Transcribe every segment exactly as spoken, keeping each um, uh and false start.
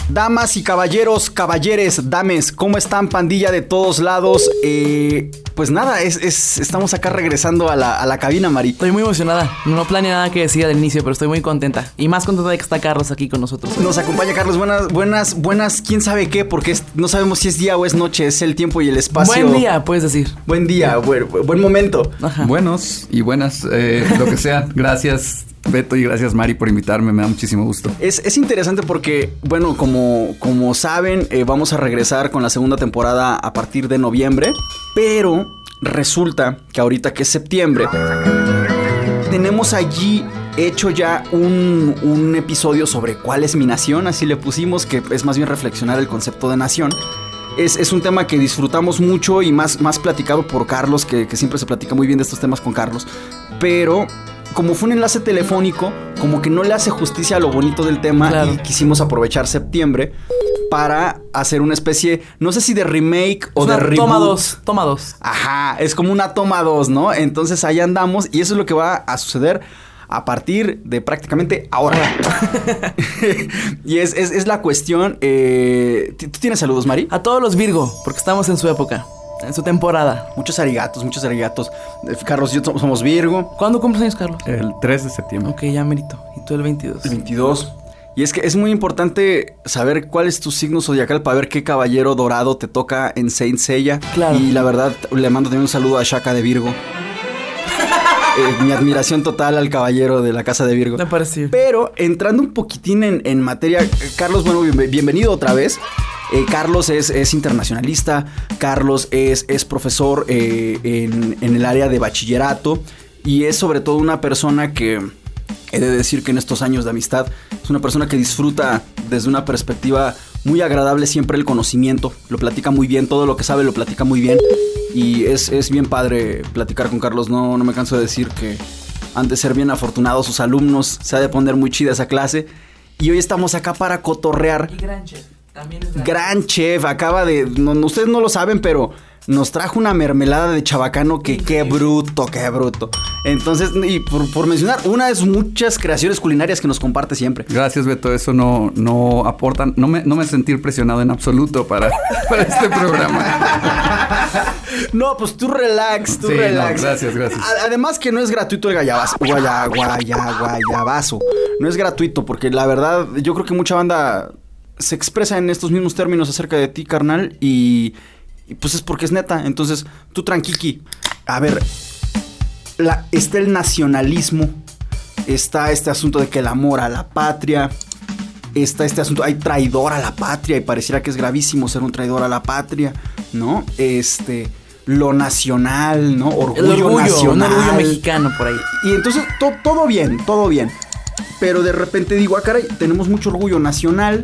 Damas y caballeros, caballeres, dames, ¿cómo están, pandilla de todos lados? Eh, pues nada, es, es, estamos acá regresando a la, a la cabina, Mari. Estoy muy emocionada. No planeé nada que decir al inicio, pero estoy muy contenta. Y más contenta de que está Carlos aquí con nosotros. Nos acompaña Carlos. Buenas, buenas, buenas. ¿Quién sabe qué? Porque es, no sabemos si es día o es noche. Es el tiempo y el espacio. Buen día, puedes decir. Buen día, buen, buen momento. Ajá. Buenos y buenas, eh, lo que sea. Gracias, Beto, y gracias, Mari, por invitarme. Me da muchísimo gusto. Es, es interesante porque, bueno, como, como saben, eh, vamos a regresar con la segunda temporada a partir de noviembre. Pero resulta que ahorita que es septiembre, tenemos allí hecho ya un, un episodio sobre cuál es mi nación, así le pusimos, que es más bien reflexionar el concepto de nación. Es, es un tema que disfrutamos mucho y más, más platicado por Carlos, que, que siempre se platica muy bien de estos temas con Carlos. Pero como fue un enlace telefónico, como que no le hace justicia a lo bonito del tema. Claro. Y quisimos aprovechar septiembre para hacer una especie, no sé si de remake o de reboot. Toma dos, toma dos. Ajá, es como una toma dos, ¿no? Entonces ahí andamos y eso es lo que va a suceder a partir de prácticamente ahora. Y es, es, es la cuestión. Eh, ¿Tú tienes saludos, Mari? A todos los Virgo, porque estamos en su época, en su temporada. Muchos arigatos, muchos arigatos. Carlos y yo somos Virgo. ¿Cuándo cumples años, Carlos? El tres de septiembre. Ok, ya merito. ¿Y tú el veintidós? El veintidós. Y es que es muy importante saber cuál es tu signo zodiacal para ver qué caballero dorado te toca en Saint Seiya. Claro. Y la verdad, le mando también un saludo a Shaka de Virgo. Eh, mi admiración total al caballero de la casa de Virgo. Me pareció. Pero entrando un poquitín en, en materia, Carlos, bueno, bien, bienvenido otra vez. Eh, Carlos es, es internacionalista. Carlos es, es profesor eh, en, en el área de bachillerato. Y es sobre todo una persona que, he de decir que en estos años de amistad, es una persona que disfruta desde una perspectiva muy agradable siempre el conocimiento. Lo platica muy bien, todo lo que sabe lo platica muy bien. Y es, es bien padre platicar con Carlos. No, no me canso de decir que han de ser bien afortunados sus alumnos. Se ha de poner muy chida esa clase. Y hoy estamos acá para cotorrear. Y gran chef, también es gran, gran chef. Acaba de... No, ustedes no lo saben, pero nos trajo una mermelada de chabacano que qué bruto, qué bruto. Entonces, y por, por mencionar una de sus muchas creaciones culinarias que nos comparte siempre. Gracias, Beto. Eso no, no aporta, no me, no me sentir presionado en absoluto para, para este programa. No, pues tú relax, tú sí, relax. No, gracias, gracias. Además que no es gratuito el gallabazo, guaya, guaya, guayabazo. No es gratuito porque la verdad yo creo que mucha banda se expresa en estos mismos términos acerca de ti, carnal, y... Y pues es porque es neta. Entonces, tú tranquiqui. A ver, la, está el nacionalismo. Está este asunto de que el amor a la patria. Está este asunto, hay traidor a la patria. Y pareciera que es gravísimo ser un traidor a la patria, ¿no? Este, lo nacional, ¿no? Orgullo, el orgullo nacional. Un orgullo mexicano por ahí. Y entonces, to, todo bien, todo bien. Pero de repente digo, ah, caray, tenemos mucho orgullo nacional.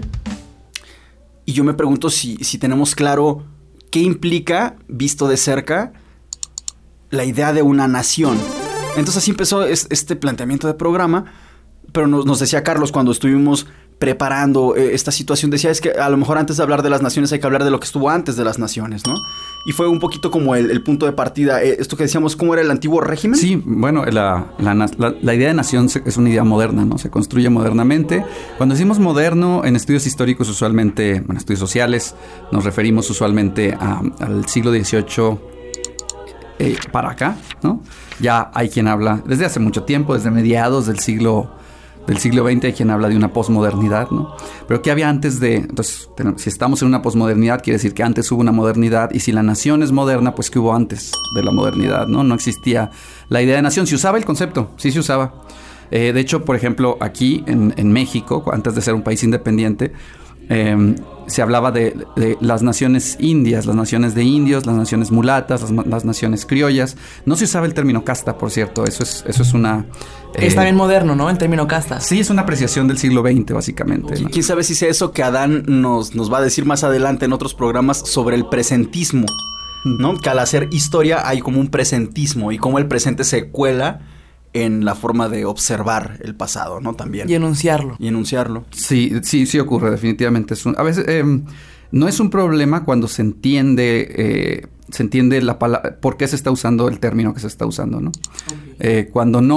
Y yo me pregunto si, si tenemos claro... ¿Qué implica, visto de cerca, la idea de una nación? Entonces así empezó es, este planteamiento de programa, pero nos, nos decía Carlos cuando estuvimos preparando eh, esta situación, decía, es que a lo mejor antes de hablar de las naciones hay que hablar de lo que estuvo antes de las naciones, ¿no? Y fue un poquito como el, el punto de partida, eh, esto que decíamos, ¿cómo era el antiguo régimen? Sí, bueno, la, la, la, la idea de nación es una idea moderna, ¿no? Se construye modernamente. Cuando decimos moderno, en estudios históricos usualmente, bueno, estudios sociales, nos referimos usualmente a, al siglo dieciocho eh, para acá, ¿no? Ya hay quien habla, desde hace mucho tiempo, desde mediados del siglo del siglo veinte hay quien habla de una posmodernidad, ¿no? Pero ¿qué había antes de...? Entonces, si estamos en una posmodernidad, quiere decir que antes hubo una modernidad. Y si la nación es moderna, pues ¿qué hubo antes de la modernidad, no? No existía la idea de nación. Se usaba el concepto, sí se usaba. Eh, de hecho, por ejemplo, aquí en, en México, antes de ser un país independiente... Eh, se hablaba de, de las naciones indias, las naciones de indios, las naciones mulatas, las, las naciones criollas. No se usaba el término casta, por cierto. Eso es, eso es una... Eh, Está bien moderno, ¿no? En término casta. Sí, es una apreciación del siglo veinte, básicamente, ¿no? ¿Quién sabe si sea eso que Adán nos, nos va a decir más adelante en otros programas sobre el presentismo, ¿no? Que al hacer historia hay como un presentismo y cómo el presente se cuela en la forma de observar el pasado, ¿no? También. Y enunciarlo. Y enunciarlo. Sí, sí, sí ocurre, definitivamente. Es un, a veces eh, no es un problema cuando se entiende, eh, se entiende la palabra, por qué se está usando el término que se está usando, ¿no? Okay. Eh, cuando no,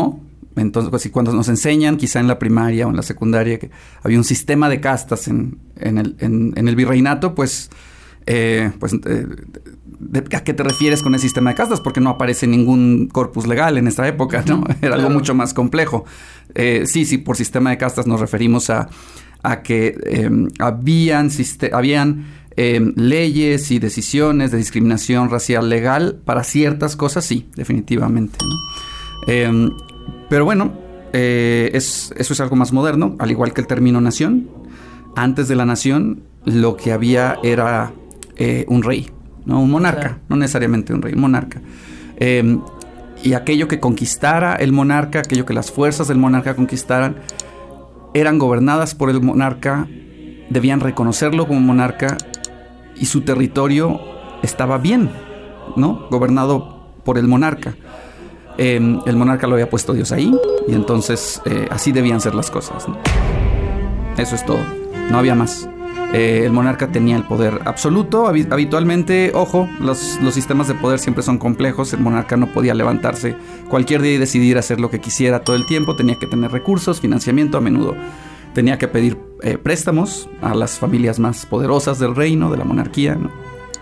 Entonces, pues, cuando nos enseñan, quizá en la primaria o en la secundaria, que había un sistema de castas en, en, el, en, en el virreinato, pues, eh, pues eh, de, ¿a qué te refieres con el sistema de castas? Porque no aparece ningún corpus legal en esta época, ¿no? Era algo mucho más complejo. Eh, sí, sí, por sistema de castas nos referimos a, a que eh, habían, habían eh, leyes y decisiones de discriminación racial legal para ciertas cosas, sí, definitivamente, ¿no? Eh, pero bueno, eh, es, eso es algo más moderno, al igual que el término nación. Antes de la nación, lo que había era eh, un rey, ¿no? Un monarca, claro. No necesariamente un rey, un monarca. Eh, y aquello que conquistara el monarca, aquello que las fuerzas del monarca conquistaran, eran gobernadas por el monarca, debían reconocerlo como monarca y su territorio estaba bien, ¿no? Gobernado por el monarca. Eh, el monarca lo había puesto Dios ahí y entonces eh, así debían ser las cosas, ¿no? Eso es todo, no había más. Eh, el monarca tenía el poder absoluto. Hab- habitualmente, ojo, los, los sistemas de poder siempre son complejos. El monarca no podía levantarse cualquier día y decidir hacer lo que quisiera todo el tiempo. Tenía que tener recursos, financiamiento, a menudo tenía que pedir eh, préstamos a las familias más poderosas del reino, de la monarquía, ¿no?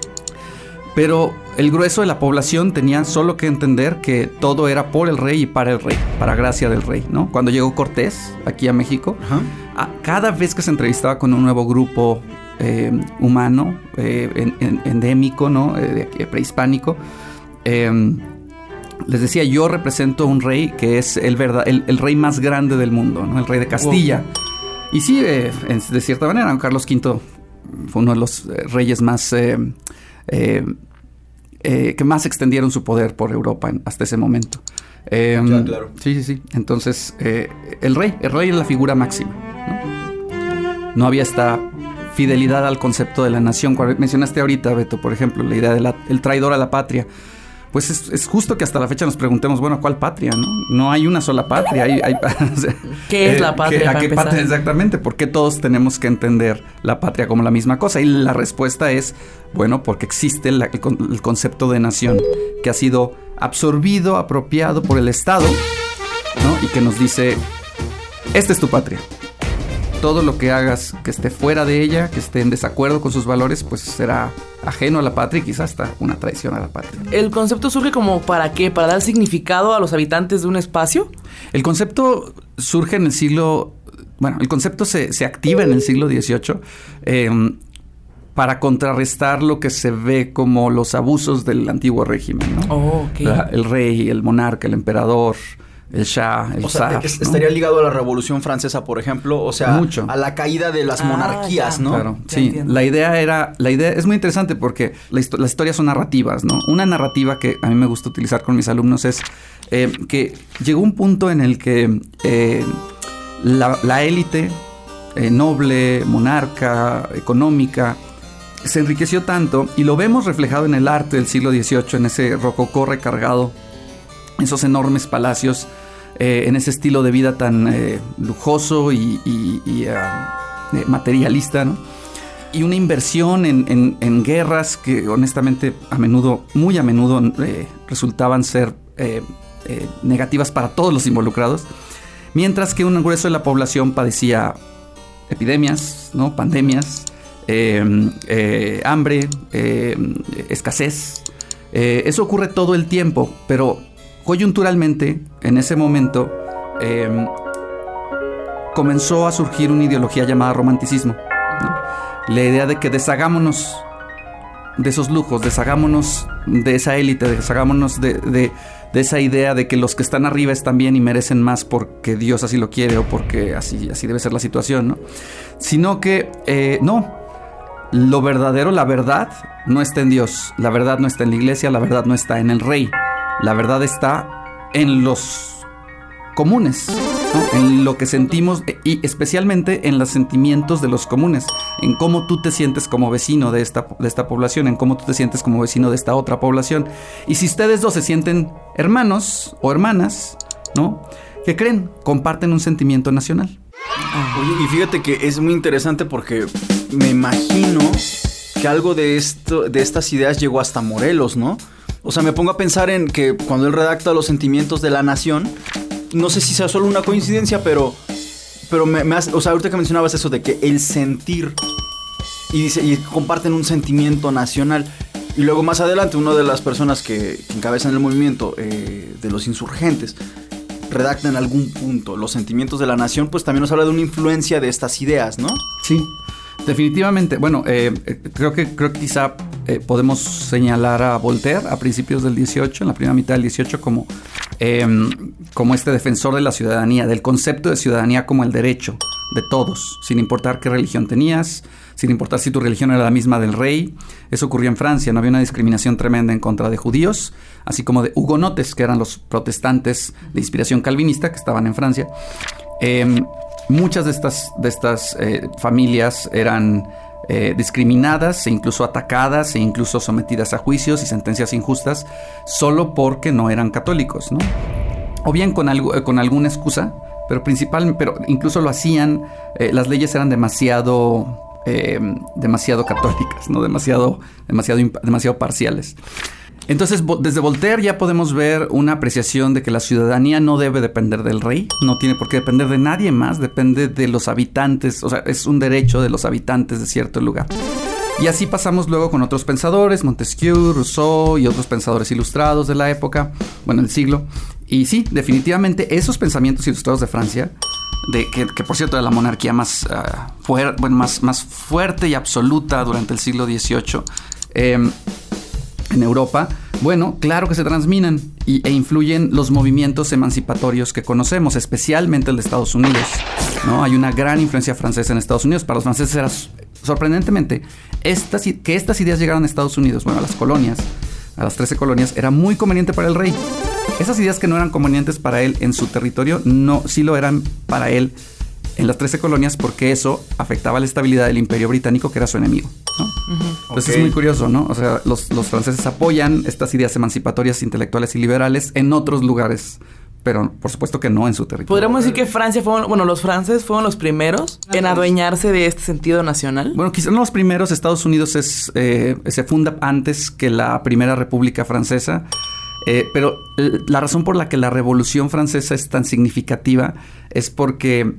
Pero el grueso de la población tenía solo que entender que todo era por el rey y para el rey, para gracia del rey, ¿no? Cuando llegó Cortés aquí a México, uh-huh. a, cada vez que se entrevistaba con un nuevo grupo eh, humano, eh, en, en, endémico, ¿no? Eh, prehispánico, eh, les decía, yo represento un rey que es el, verdad, el, el rey más grande del mundo, ¿no? El rey de Castilla. Wow. Y sí, eh, de cierta manera, Carlos quinto fue uno de los reyes más... Eh, eh, Eh, que más extendieron su poder por Europa en, hasta ese momento. Eh, ya, claro. Sí, sí, sí. Entonces, eh, el rey, el rey es la figura máxima, ¿no? No había esta fidelidad al concepto de la nación. Cuando mencionaste ahorita, Beto, por ejemplo, la idea del traidor a la patria. Pues es, es justo que hasta la fecha nos preguntemos, bueno, ¿cuál patria, no? No hay una sola patria. Hay, hay, o sea, ¿Qué es eh, la patria? ¿qué, ¿A qué empezar? patria exactamente? ¿Por qué todos tenemos que entender la patria como la misma cosa? Y la respuesta es, bueno, porque existe la, el, el concepto de nación que ha sido absorbido, apropiado por el Estado, ¿no? Y que nos dice, esta es tu patria. Todo lo que hagas que esté fuera de ella, que esté en desacuerdo con sus valores, pues será ajeno a la patria y quizás hasta una traición a la patria. ¿El concepto surge como para qué? ¿Para dar significado a los habitantes de un espacio? El concepto surge en el siglo... Bueno, el concepto se, se activa en el siglo dieciocho eh, para contrarrestar lo que se ve como los abusos del antiguo régimen, ¿no? Oh, okay. La, el rey, el monarca, el emperador... el Shah, el o sea, zar, es, ¿no? Estaría ligado a la Revolución Francesa, por ejemplo, o sea, mucho. A la caída de las ah, monarquías, ya. ¿no? Claro, ya sí. Entiendo. La idea era, la idea es muy interesante porque la histo- las historias son narrativas, ¿no? Una narrativa que a mí me gusta utilizar con mis alumnos es eh, que llegó un punto en el que eh, la, la élite eh, noble, monarca, económica, se enriqueció tanto y lo vemos reflejado en el arte del siglo dieciocho, en ese rococó recargado, esos enormes palacios, eh, en ese estilo de vida tan eh, lujoso y, y, y uh, materialista, ¿no? Y una inversión en, en, en guerras que honestamente a menudo, muy a menudo eh, resultaban ser eh, eh, negativas para todos los involucrados, mientras que un grueso de la población padecía epidemias, ¿no? Pandemias, eh, eh, hambre, eh, escasez. Eh, eso ocurre todo el tiempo, pero coyunturalmente, en ese momento, eh, comenzó a surgir una ideología llamada romanticismo, ¿no? La idea de que deshagámonos de esos lujos, deshagámonos de esa élite, deshagámonos de, de, de esa idea de que los que están arriba están bien y merecen más porque Dios así lo quiere o porque así, así debe ser la situación, ¿no? Sino que, eh, no, lo verdadero, la verdad, no está en Dios, la verdad no está en la iglesia, la verdad no está en el rey. La verdad está en los comunes, ¿no? En lo que sentimos y especialmente en los sentimientos de los comunes, en cómo tú te sientes como vecino de esta, de esta población, en cómo tú te sientes como vecino de esta otra población. Y si ustedes dos se sienten hermanos o hermanas, ¿no? ¿Qué creen? Comparten un sentimiento nacional. Oye, y fíjate que es muy interesante porque me imagino que algo de esto, de estas ideas llegó hasta Morelos, ¿no? O sea, me pongo a pensar en que cuando él redacta los sentimientos de la nación, no sé si sea solo una coincidencia, pero, pero me, me hace, o sea, ahorita que mencionabas eso de que el sentir y, dice, y comparten un sentimiento nacional. Y luego más adelante, una de las personas que, que encabezan el movimiento eh, de los insurgentes redacta en algún punto los sentimientos de la nación, pues también nos habla de una influencia de estas ideas, ¿no? Sí, definitivamente. Bueno, eh, creo que creo que quizá eh, podemos señalar a Voltaire a principios del dieciocho, en la primera mitad del dieciocho, como, eh, como este defensor de la ciudadanía, del concepto de ciudadanía como el derecho de todos, sin importar qué religión tenías, sin importar si tu religión era la misma del rey. Eso ocurrió en Francia, no había una discriminación tremenda en contra de judíos, así como de hugonotes, que eran los protestantes de inspiración calvinista que estaban en Francia. Eh, muchas de estas, de estas eh, familias eran eh, discriminadas e incluso atacadas e incluso sometidas a juicios y sentencias injustas solo porque no eran católicos, ¿no? O bien con, algo, eh, con alguna excusa, pero principal, pero incluso lo hacían, eh, las leyes eran demasiado... Eh, demasiado católicas, ¿no? Demasiado, demasiado, demasiado parciales. Entonces, desde Voltaire ya podemos ver una apreciación de que la ciudadanía no debe depender del rey, no tiene por qué depender de nadie más, depende de los habitantes, o sea, es un derecho de los habitantes de cierto lugar. Y así pasamos luego con otros pensadores, Montesquieu, Rousseau y otros pensadores ilustrados de la época, bueno, el siglo. Y sí, definitivamente esos pensamientos ilustrados de Francia, de que, que por cierto era la monarquía más, uh, fuer, bueno, más, más fuerte y absoluta durante el siglo dieciocho eh, en Europa, bueno, claro que se transminan y, e influyen los movimientos emancipatorios que conocemos, especialmente el de Estados Unidos, ¿no? Hay una gran influencia francesa en Estados Unidos. Para los franceses era sorprendentemente estas, que estas ideas llegaran a Estados Unidos, bueno, a las colonias, a las trece colonias, era muy conveniente para el rey. Esas ideas que no eran convenientes para él en su territorio, no, sí lo eran para él en las trece colonias, porque eso afectaba la estabilidad del Imperio Británico, que era su enemigo, ¿no? Uh-huh. Entonces okay. Es muy curioso, ¿no? O sea, los, los franceses apoyan estas ideas emancipatorias, intelectuales y liberales en otros lugares, pero por supuesto que no en su territorio. ¿Podríamos decir que Francia fue, bueno, los franceses fueron los primeros en adueñarse de este sentido nacional? Bueno, quizás no los primeros. Estados Unidos es, eh, se funda antes que la Primera República Francesa. Eh, pero la razón por la que la Revolución Francesa es tan significativa es porque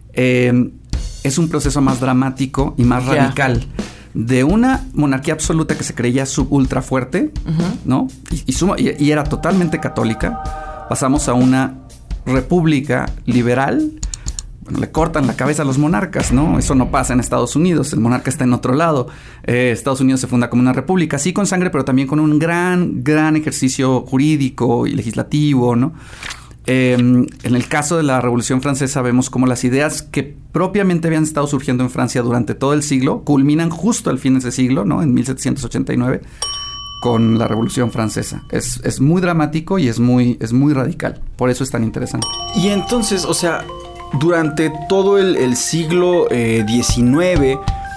eh, es un proceso más dramático y más yeah. radical. De una monarquía absoluta que se creía sub ultra fuerte, uh-huh. ¿no? Y, y, suma, y, y era totalmente católica, pasamos a una república liberal. Bueno, le cortan la cabeza a los monarcas, ¿no? Eso no pasa en Estados Unidos. El monarca está en otro lado. Eh, Estados Unidos se funda como una república, sí con sangre, pero también con un gran, gran ejercicio jurídico y legislativo, ¿no? Eh, en el caso de la Revolución Francesa vemos cómo las ideas que propiamente habían estado surgiendo en Francia durante todo el siglo culminan justo al fin de ese siglo, ¿no? En mil setecientos ochenta y nueve, con la Revolución Francesa. Es, es muy dramático y es muy, es muy radical. Por eso es tan interesante. Y entonces, o sea, durante todo el, el siglo eh, diecinueve,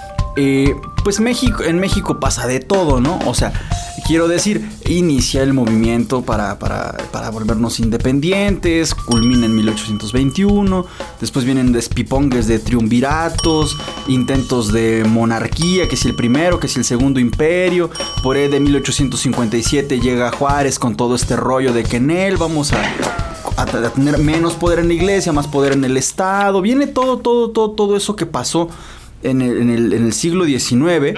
eh, pues México, en México pasa de todo, ¿no? O sea, quiero decir, inicia el movimiento para, para, para volvernos independientes, culmina en mil ochocientos veintiuno, después vienen despipongues de triunviratos, intentos de monarquía, que si el primero, que si el segundo imperio. Por ahí de mil ochocientos cincuenta y siete llega Juárez con todo este rollo de que en él vamos a... a tener menos poder en la iglesia, más poder en el Estado. Viene todo, todo, todo, todo eso que pasó en el, en el, en el siglo diecinueve.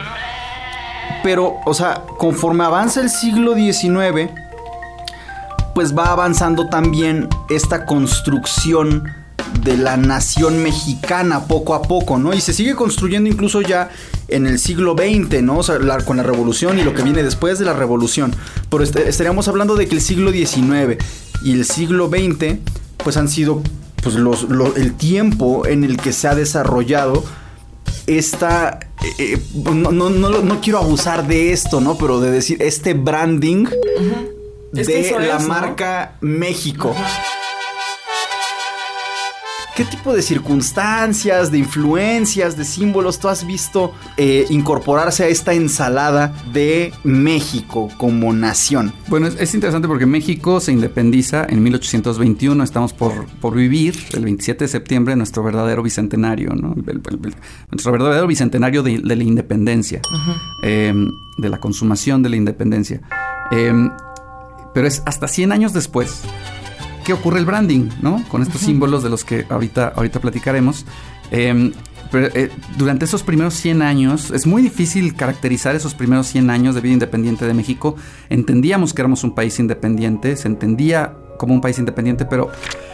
Pero, o sea, conforme avanza el siglo diecinueve, pues va avanzando también esta construcción de la nación mexicana poco a poco, ¿no? Y se sigue construyendo incluso ya en el siglo veinte, ¿no? O sea, la, con la revolución y lo que viene después de la revolución. Pero est- estaríamos hablando de que el siglo diecinueve y el siglo veinte, pues han sido pues los, lo, el tiempo en el que se ha desarrollado esta... Eh, no, no, no, no quiero abusar de esto, ¿no? Pero de decir este branding uh-huh. de es que la es, marca ¿no? México. Uh-huh. ¿Qué tipo de circunstancias, de influencias, de símbolos tú has visto eh, incorporarse a esta ensalada de México como nación? Bueno, es, es interesante porque México se independiza en mil ochocientos veintiuno. Estamos por, por vivir el veintisiete de septiembre nuestro verdadero bicentenario, ¿no? El, el, el, nuestro verdadero bicentenario de, de la independencia, uh-huh. eh, de la consumación de la independencia. Eh, pero es hasta cien años después que ocurre el branding, ¿no? Con estos uh-huh. símbolos de los que ahorita, ahorita platicaremos. Eh, pero, eh, durante esos primeros cien años, es muy difícil caracterizar esos primeros cien años de vida independiente de México. Entendíamos que éramos un país independiente, se entendía como un país independiente, pero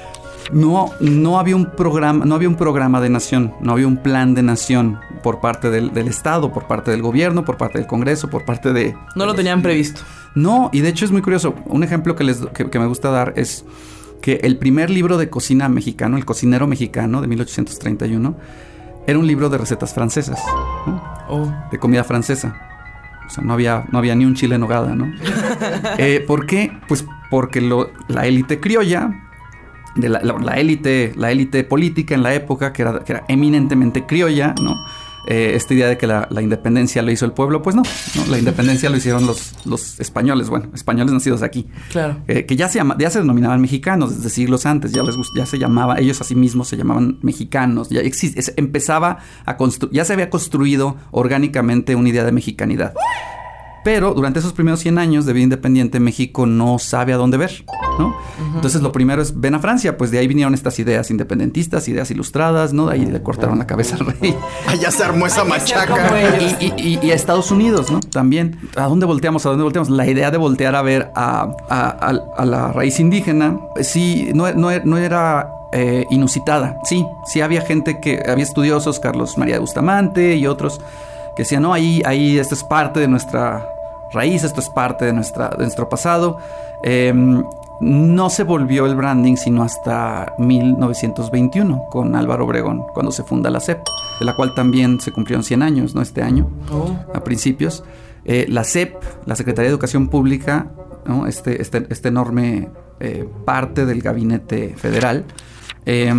no, no había un programa, no había un programa de nación, no había un plan de nación por parte del, del Estado, por parte del gobierno, por parte del Congreso, por parte de... No lo tenían previsto. No, y de hecho es muy curioso. Un ejemplo que, les, que, que me gusta dar es que el primer libro de cocina mexicano, El cocinero mexicano, de mil ochocientos treinta y uno, era un libro de recetas francesas, ¿no? Oh. De comida francesa. O sea, no había, no había ni un chile en nogada, ¿no? eh, ¿Por qué? Pues porque lo, la élite criolla, de la, la, la élite, la élite política en la época, que era, que era eminentemente criolla, ¿no? Eh, esta idea de que la, la independencia lo hizo el pueblo, pues no, no, la independencia lo hicieron los, los españoles, bueno, españoles nacidos aquí. Claro. Eh, que ya se, llama, ya se denominaban mexicanos desde siglos antes, ya les ya se llamaba, ellos a sí mismos se llamaban mexicanos, ya existe, empezaba a construir, ya se había construido orgánicamente una idea de mexicanidad. Pero durante esos primeros cien años de vida independiente, México no sabe a dónde ver, ¿no? Uh-huh. Entonces, lo primero es, ven a Francia, pues de ahí vinieron estas ideas independentistas, ideas ilustradas, ¿no? De ahí le cortaron la cabeza al rey. Allá se armó esa machaca. Y, y, y, y a Estados Unidos, ¿no? También, ¿a dónde volteamos? ¿A dónde volteamos? La idea de voltear a ver a, a, a, a la raíz indígena, sí, no, no, no era... Eh, inusitada. Sí, sí había gente que... Había estudiosos, Carlos María de Bustamante y otros... que decían, no, ahí, ahí esto es parte de nuestra raíz, esto es parte de, nuestra, de nuestro pasado. Eh, no se volvió el branding sino hasta mil novecientos veintiuno, con Álvaro Obregón, cuando se funda la C E P, de la cual también se cumplieron cien años, ¿no? Este año, oh. a principios. Eh, la C E P, la Secretaría de Educación Pública, ¿no? este, este, este enorme eh, parte del gabinete federal, eh,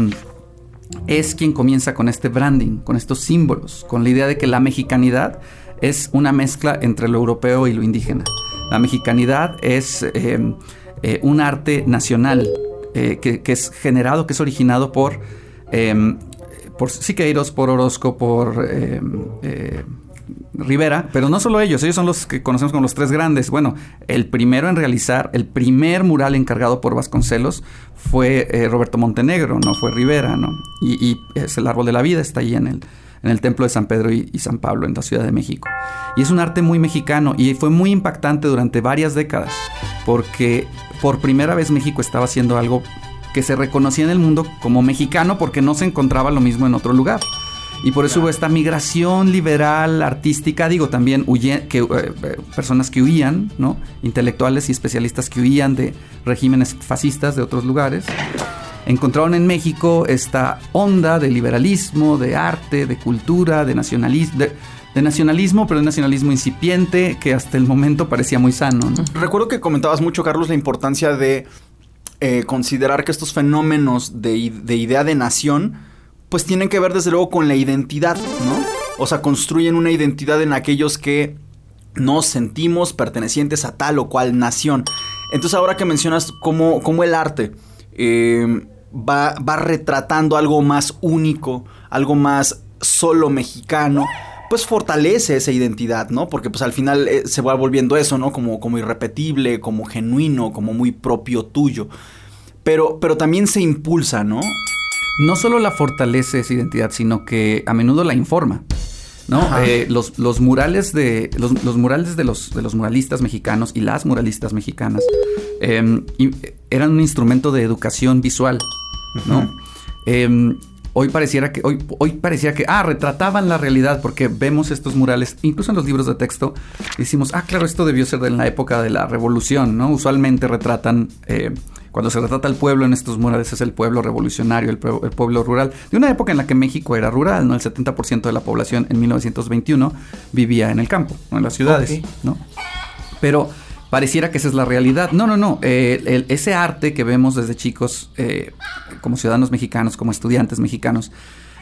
es quien comienza con este branding, con estos símbolos, con la idea de que la mexicanidad es una mezcla entre lo europeo y lo indígena. La mexicanidad es eh, eh, un arte nacional eh, que, que es generado, que es originado por, eh, por Siqueiros, por Orozco, por eh, eh, Rivera, pero no solo ellos, ellos son los que conocemos como los tres grandes. Bueno, el primero en realizar, el primer mural encargado por Vasconcelos fue eh, Roberto Montenegro, no fue Rivera, ¿no? Y, y es el árbol de la vida, está ahí en el, en el templo de San Pedro y, y San Pablo, en la Ciudad de México. Y es un arte muy mexicano y fue muy impactante durante varias décadas, porque por primera vez México estaba haciendo algo que se reconocía en el mundo como mexicano, porque no se encontraba lo mismo en otro lugar. Y por eso hubo esta migración liberal, artística, digo, también huye, que, eh, personas que huían, ¿no? Intelectuales y especialistas que huían de regímenes fascistas de otros lugares. Encontraron en México esta onda de liberalismo, de arte, de cultura, de nacionalismo, de, de nacionalismo, pero de nacionalismo incipiente, que hasta el momento parecía muy sano, ¿no? Recuerdo que comentabas mucho, Carlos, la importancia de eh, considerar que estos fenómenos de, de idea de nación pues tienen que ver desde luego con la identidad, ¿no? O sea, construyen una identidad en aquellos que nos sentimos pertenecientes a tal o cual nación. Entonces, ahora que mencionas cómo, cómo el arte eh, va, va retratando algo más único, algo más solo mexicano, pues fortalece esa identidad, ¿no? Porque pues al final eh, se va volviendo eso, ¿no? Como, como irrepetible, como genuino, como muy propio tuyo. Pero, pero también se impulsa, ¿no? No solo la fortalece esa identidad, sino que a menudo la informa, ¿no? Eh, los, los murales de los, los murales de los de los muralistas mexicanos y las muralistas mexicanas eh, y, eran un instrumento de educación visual, ¿no? Uh-huh. Eh, hoy pareciera que hoy hoy pareciera que ah retrataban la realidad, porque vemos estos murales incluso en los libros de texto y decimos, ah, claro, esto debió ser de en la época de la Revolución, ¿no? Usualmente retratan eh, cuando se retrata al pueblo en estos murales es el pueblo revolucionario, el, pue- el pueblo rural, de una época en la que México era rural, ¿no? El setenta por ciento de la población en mil novecientos veintiuno vivía en el campo, ¿no? En las ciudades, okay. ¿no? Pero pareciera que esa es la realidad. No, no, no. Eh, el, ese arte que vemos desde chicos, eh, como ciudadanos mexicanos, como estudiantes mexicanos,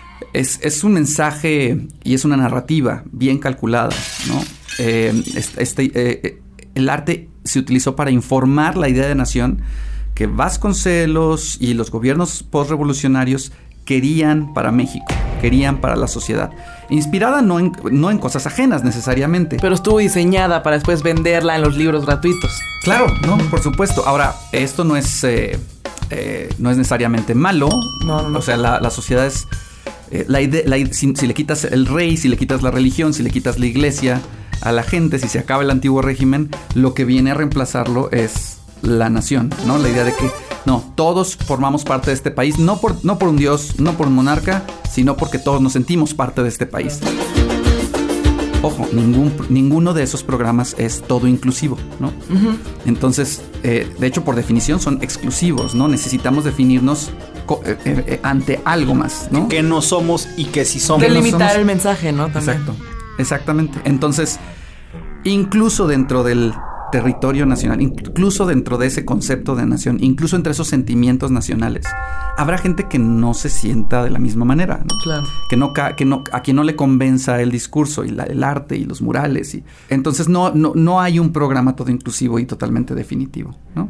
es, es un mensaje y es una narrativa bien calculada, ¿no? Eh, este, eh, el arte se utilizó para informar la idea de nación que Vasconcelos y los gobiernos postrevolucionarios querían para México, querían para la sociedad. Inspirada no en, no en cosas ajenas necesariamente. Pero estuvo diseñada para después venderla en los libros gratuitos. Claro, no, por supuesto. Ahora, esto no es... Eh, eh, no es necesariamente malo. No, no, no. O sea, la, la sociedad es... Eh, la idea, la, si, si le quitas el rey, si le quitas la religión, si le quitas la iglesia a la gente, si se acaba el antiguo régimen, lo que viene a reemplazarlo es la nación, ¿no? La idea de que, no, todos formamos parte de este país, no por, no por un dios, no por un monarca, sino porque todos nos sentimos parte de este país. Ojo, ningún, ninguno de esos programas es todo inclusivo, ¿no? Uh-huh. Entonces, eh, de hecho, por definición son exclusivos, ¿no? Necesitamos definirnos co- eh, eh, ante algo más, ¿no? Que no somos y que sí somos. Delimitar no somos... el mensaje, ¿no? También. Exacto, exactamente. Entonces, incluso dentro del territorio nacional, incluso dentro de ese concepto de nación, incluso entre esos sentimientos nacionales, habrá gente que no se sienta de la misma manera, ¿no? Claro. Que no, que no, a quien no le convenza el discurso y la, el arte y los murales. Y, entonces no, no, no hay un programa todo inclusivo y totalmente definitivo, ¿no?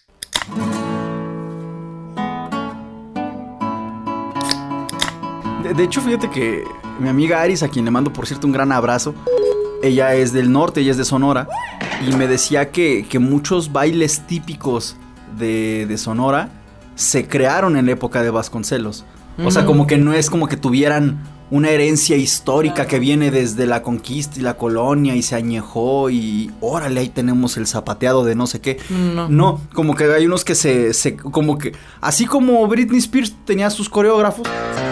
De, de hecho, fíjate que mi amiga Aris, a quien le mando por cierto un gran abrazo, ella es del norte, ella es de Sonora, y me decía que, que muchos bailes típicos de, de Sonora se crearon en la época de Vasconcelos. O sea, como que no es como que tuvieran una herencia histórica que viene desde la conquista y la colonia y se añejó y órale, ahí tenemos el zapateado de no sé qué. No, no como que hay unos que se, se... como que... Así como Britney Spears tenía sus coreógrafos.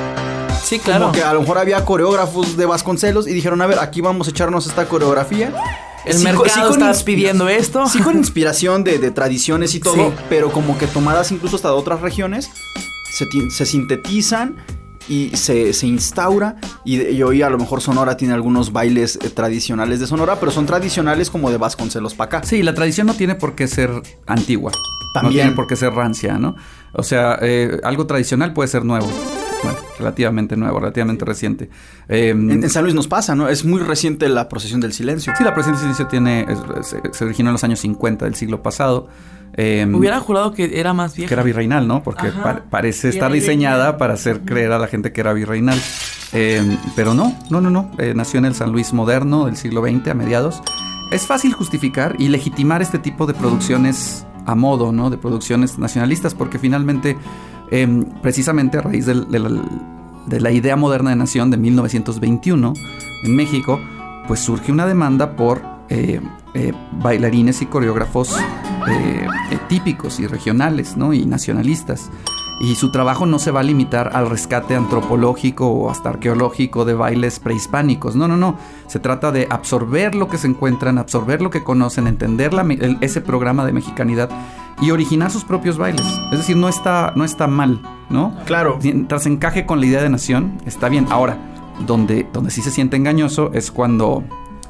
Sí, claro. Como que a lo mejor había coreógrafos de Vasconcelos y dijeron, a ver, aquí vamos a echarnos esta coreografía. El sí, mercado sí, está inspi- pidiendo esto. Sí, con inspiración de, de tradiciones y todo, Sí. pero como que tomadas incluso hasta de otras regiones, se, ti- se sintetizan y se, se instaura. Y, de- y hoy a lo mejor Sonora tiene algunos bailes eh, tradicionales de Sonora, pero son tradicionales como de Vasconcelos para acá. Sí, la tradición no tiene por qué ser antigua. También. No tiene por qué ser rancia, ¿no? O sea, eh, algo tradicional puede ser nuevo. Bueno, relativamente nuevo, relativamente reciente. Eh, En, en San Luis nos pasa, ¿no? Es muy reciente la procesión del silencio. Sí, la procesión del silencio tiene, es, se, se originó en los años cincuenta del siglo pasado. Eh, Hubiera jurado que era más vieja. Que era virreinal, ¿no? Porque pa- parece estar diseñada para hacer creer a la gente que era virreinal. Eh, pero no, no, no, no. Eh, nació en el San Luis moderno del siglo veinte, a mediados. Es fácil justificar y legitimar este tipo de producciones a modo, ¿no? De producciones nacionalistas, porque finalmente... Eh, precisamente a raíz del, de, la, de la idea moderna de nación de mil novecientos veintiuno en México, pues surge una demanda por eh, eh, bailarines y coreógrafos eh, eh, típicos y regionales, ¿no? Y nacionalistas. Y su trabajo no se va a limitar al rescate antropológico o hasta arqueológico de bailes prehispánicos. No, no, no. Se trata de absorber lo que se encuentran, absorber lo que conocen, entender la, el, ese programa de mexicanidad y originar sus propios bailes. Es decir, no está, no está mal, ¿no? Claro. Mientras encaje con la idea de nación, está bien. Ahora, donde, donde sí se siente engañoso es cuando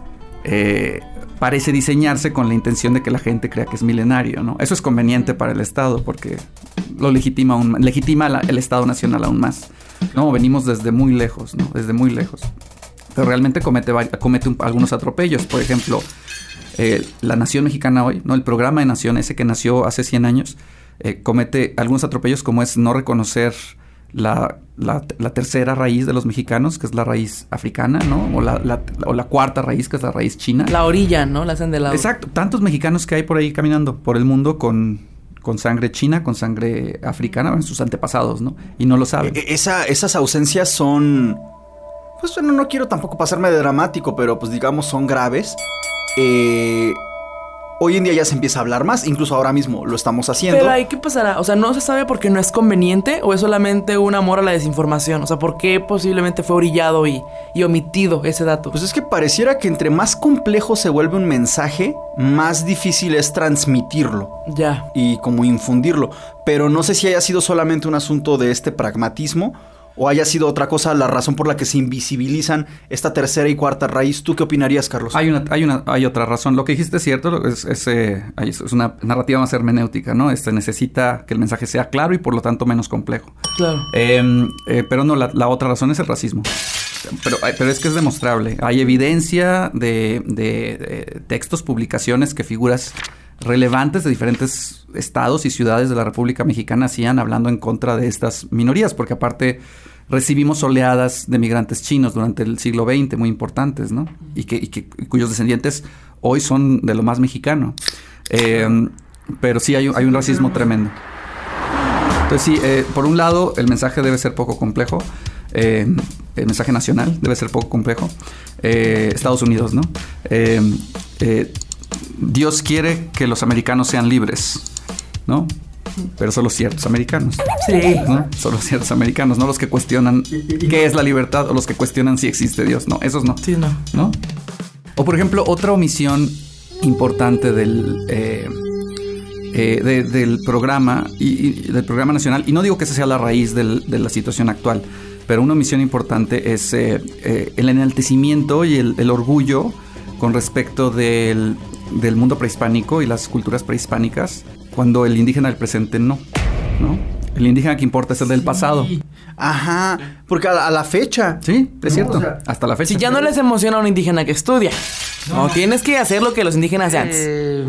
eh, parece diseñarse con la intención de que la gente crea que es milenario, ¿no? Eso es conveniente para el Estado porque lo legitima, aún, legitima la, el Estado Nacional aún más. No, venimos desde muy lejos, ¿no? Desde muy lejos. Pero realmente comete, comete un, algunos atropellos. Por ejemplo... Eh, la Nación Mexicana hoy, ¿no? El programa de nación ese que nació hace cien años, eh, comete algunos atropellos como es no reconocer la, la, la tercera raíz de los mexicanos, que es la raíz africana, ¿no? O la, la, o la cuarta raíz, que es la raíz china. La orilla, ¿no? La hacen de lado. Exacto. Tantos mexicanos que hay por ahí caminando por el mundo con, con sangre china, con sangre africana, en sus antepasados, ¿no? Y no lo saben. Esa, esas ausencias son... Pues bueno, no quiero tampoco pasarme de dramático, pero pues digamos son graves. Eh, hoy en día ya se empieza a hablar más, incluso ahora mismo lo estamos haciendo. Pero ahí, ¿qué pasará? O sea, ¿no se sabe porque no es conveniente o es solamente un amor a la desinformación? O sea, ¿por qué posiblemente fue orillado y, y omitido ese dato? Pues es que pareciera que entre más complejo se vuelve un mensaje, más difícil es transmitirlo. Ya. Y como infundirlo. Pero no sé si haya sido solamente un asunto de este pragmatismo o haya sido otra cosa la razón por la que se invisibilizan esta tercera y cuarta raíz. ¿Tú qué opinarías, Carlos? Hay una, hay una, hay otra razón. Lo que dijiste es cierto, es, es, eh, es una narrativa más hermenéutica, ¿no? Este necesita que el mensaje sea claro y por lo tanto menos complejo. Claro. Eh, eh, pero no, la, la otra razón es el racismo. Pero, pero es que es demostrable. Hay evidencia de, de, de textos, publicaciones que figuras relevantes de diferentes estados y ciudades de la República Mexicana hacían hablando en contra de estas minorías, porque aparte recibimos oleadas de migrantes chinos durante el siglo veinte muy importantes, ¿no? Y, que, y, que, y cuyos descendientes hoy son de lo más mexicano. Eh, pero sí hay, hay un racismo tremendo. Entonces sí, eh, por un lado el mensaje debe ser poco complejo. Eh, el mensaje nacional debe ser poco complejo. Eh, Estados Unidos, ¿no? Eh, eh, Dios quiere que los americanos sean libres, ¿no? Pero solo ciertos americanos. Sí. ¿No? Solo ciertos americanos, no los que cuestionan qué es la libertad o los que cuestionan si existe Dios. No, esos no. Sí, no. ¿No? O por ejemplo, otra omisión importante del... Eh, Eh, de, del programa y, y del programa nacional, y no digo que esa sea la raíz del, de la situación actual, pero una omisión importante es eh, eh, el enaltecimiento y el, el orgullo con respecto del, del mundo prehispánico y las culturas prehispánicas, cuando el indígena del presente no, ¿no? El indígena que importa es el del pasado. Ajá, porque a la, a la fecha. Sí, es no, cierto, o sea, hasta la fecha. Si ya no les emociona a un indígena que estudia, no, no tienes que hacer lo que los indígenas hacen. Eh,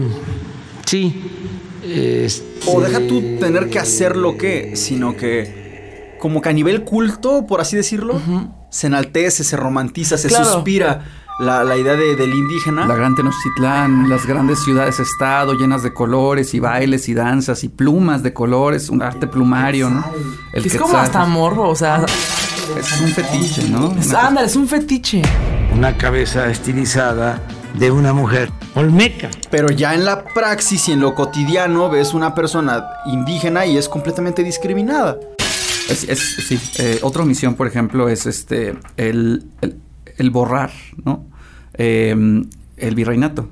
sí. Este... O deja tú tener que hacer lo que, sino que como que a nivel culto, por así decirlo, uh-huh. se enaltece, se romantiza, se claro. suspira la, la idea de, del indígena. La gran Tenochtitlán, las grandes ciudades-estado llenas de colores y bailes y danzas y plumas de colores, un arte plumario, ¿no? El es como hasta morbo, o sea... Es un fetiche, ¿no? Es, ándale, es un fetiche. Una cabeza estilizada de una mujer olmeca. Pero ya en la praxis y en lo cotidiano ves una persona indígena y es completamente discriminada. Es, es, sí, eh, otra omisión, por ejemplo, es este el, el, el borrar, ¿no? Eh, el virreinato.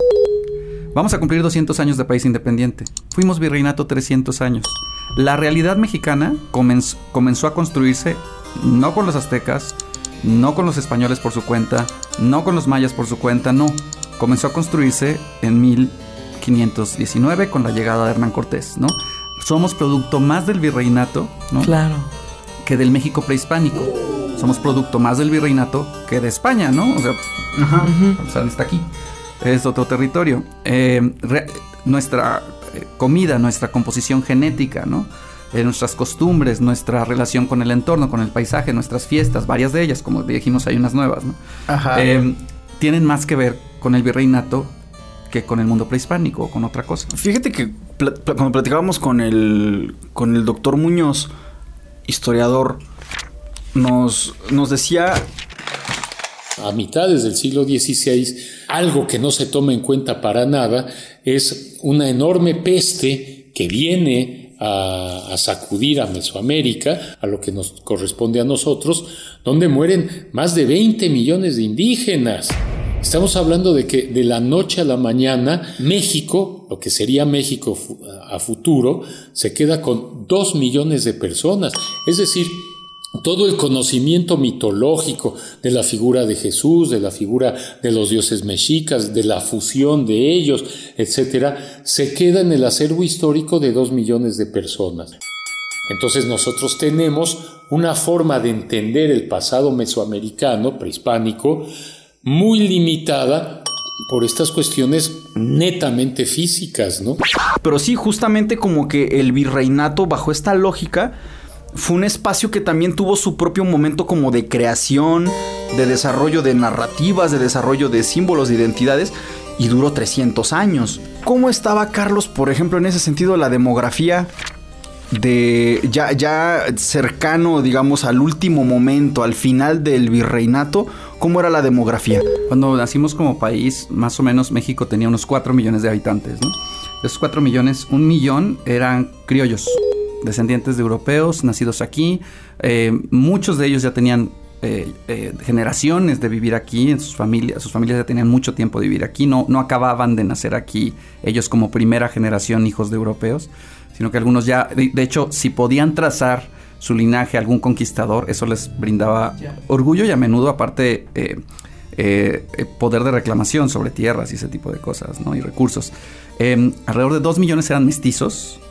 Vamos a cumplir doscientos años de país independiente. Fuimos virreinato trescientos años. La realidad mexicana comenzó, comenzó a construirse no con los aztecas, no con los españoles por su cuenta, no con los mayas por su cuenta, no. Comenzó a construirse en mil quinientos diecinueve con la llegada de Hernán Cortés, ¿no? Somos producto más del virreinato, ¿no? Claro. Que del México prehispánico. Somos producto más del virreinato que de España, ¿no? O sea, ajá, uh-huh. o sea, está aquí. Es otro territorio. Eh, re, nuestra eh, comida, nuestra composición genética, ¿no? Eh, nuestras costumbres, nuestra relación con el entorno, con el paisaje, nuestras fiestas, varias de ellas, como dijimos, hay unas nuevas, ¿no? Ajá. Eh, tienen más que ver con el virreinato que con el mundo prehispánico o con otra cosa. Fíjate que pl- pl- cuando platicábamos con el con el doctor Muñoz, historiador, nos, nos decía... A mitades del siglo dieciséis, algo que no se toma en cuenta para nada es una enorme peste que viene a, a sacudir a Mesoamérica, a lo que nos corresponde a nosotros, donde mueren más de veinte millones de indígenas. Estamos hablando de que de la noche a la mañana, México, lo que sería México a futuro, se queda con dos millones de personas. Es decir, todo el conocimiento mitológico de la figura de Jesús, de la figura de los dioses mexicas, de la fusión de ellos, etcétera, se queda en el acervo histórico de dos millones de personas. Entonces nosotros tenemos una forma de entender el pasado mesoamericano, prehispánico, muy limitada por estas cuestiones netamente físicas, ¿no? Pero sí, justamente como que el virreinato, bajo esta lógica, fue un espacio que también tuvo su propio momento como de creación, de desarrollo de narrativas, de desarrollo de símbolos, de identidades, y duró trescientos años. ¿Cómo estaba, Carlos, por ejemplo, en ese sentido, la demografía de ya, ya cercano, digamos, al último momento, al final del virreinato? ¿Cómo era la demografía? Cuando nacimos como país, más o menos México tenía unos cuatro millones de habitantes, ¿no? De esos cuatro millones, un millón eran criollos, descendientes de europeos, nacidos aquí. Eh, muchos de ellos ya tenían eh, eh, generaciones de vivir aquí, en sus familias, sus familias ya tenían mucho tiempo de vivir aquí, no, no acababan de nacer aquí ellos como primera generación hijos de europeos, sino que algunos ya, de, de hecho, si podían trazar su linaje a algún conquistador, eso les brindaba orgullo y a menudo, aparte, eh, eh, poder de reclamación sobre tierras y ese tipo de cosas, ¿no? Y recursos. Eh, alrededor de dos millones eran mestizos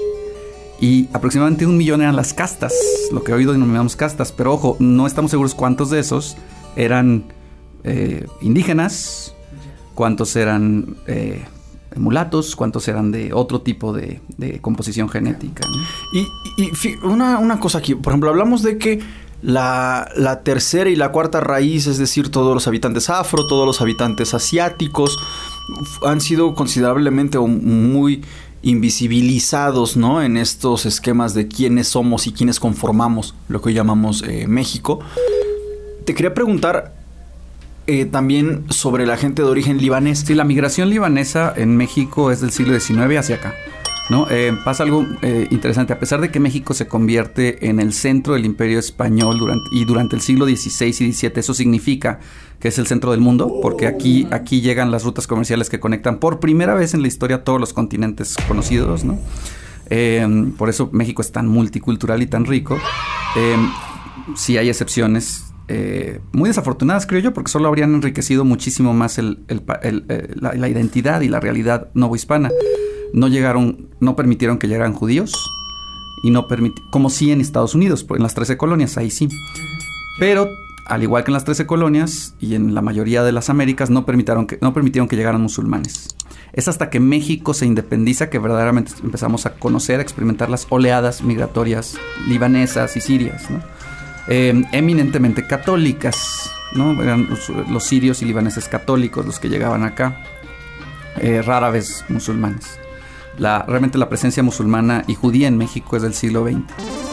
y aproximadamente un millón eran las castas, lo que hoy denominamos castas. Pero ojo, no estamos seguros cuántos de esos eran eh, indígenas, cuántos eran eh, mulatos, cuántos eran de otro tipo de, de composición genética, ¿no? Y, y, y una, una cosa aquí, por ejemplo, hablamos de que la, la tercera y la cuarta raíz, es decir, todos los habitantes afro, todos los habitantes asiáticos, han sido considerablemente o muy invisibilizados, ¿no? En estos esquemas de quiénes somos y quiénes conformamos lo que hoy llamamos eh, México. Te quería preguntar eh, también sobre la gente de origen libanés. Sí, la migración libanesa en México es del siglo diecinueve hacia acá, ¿no? Eh, pasa algo eh, interesante. A pesar de que México se convierte en el centro del Imperio Español durante, y durante el siglo dieciséis y diecisiete, eso significa que es el centro del mundo, porque aquí, aquí llegan las rutas comerciales que conectan por primera vez en la historia todos los continentes conocidos, ¿no? Eh, por eso México es tan multicultural y tan rico. Eh, sí hay excepciones eh, muy desafortunadas, creo yo, porque solo habrían enriquecido muchísimo más el, el, el, el, la, la identidad y la realidad novohispana. No llegaron, no permitieron que llegaran judíos y no permiti- como sí en Estados Unidos, en las trece colonias, ahí sí. Pero al igual que en las trece colonias y en la mayoría de las Américas, no permitieron que, no permitieron que llegaran musulmanes. Es hasta que México se independiza que verdaderamente empezamos a conocer, a experimentar las oleadas migratorias libanesas y sirias, ¿no? Eh, eminentemente católicas, ¿no? Eran los, los sirios y libaneses católicos los que llegaban acá, eh, rara vez musulmanes. La, realmente la presencia musulmana y judía en México es del siglo veinte,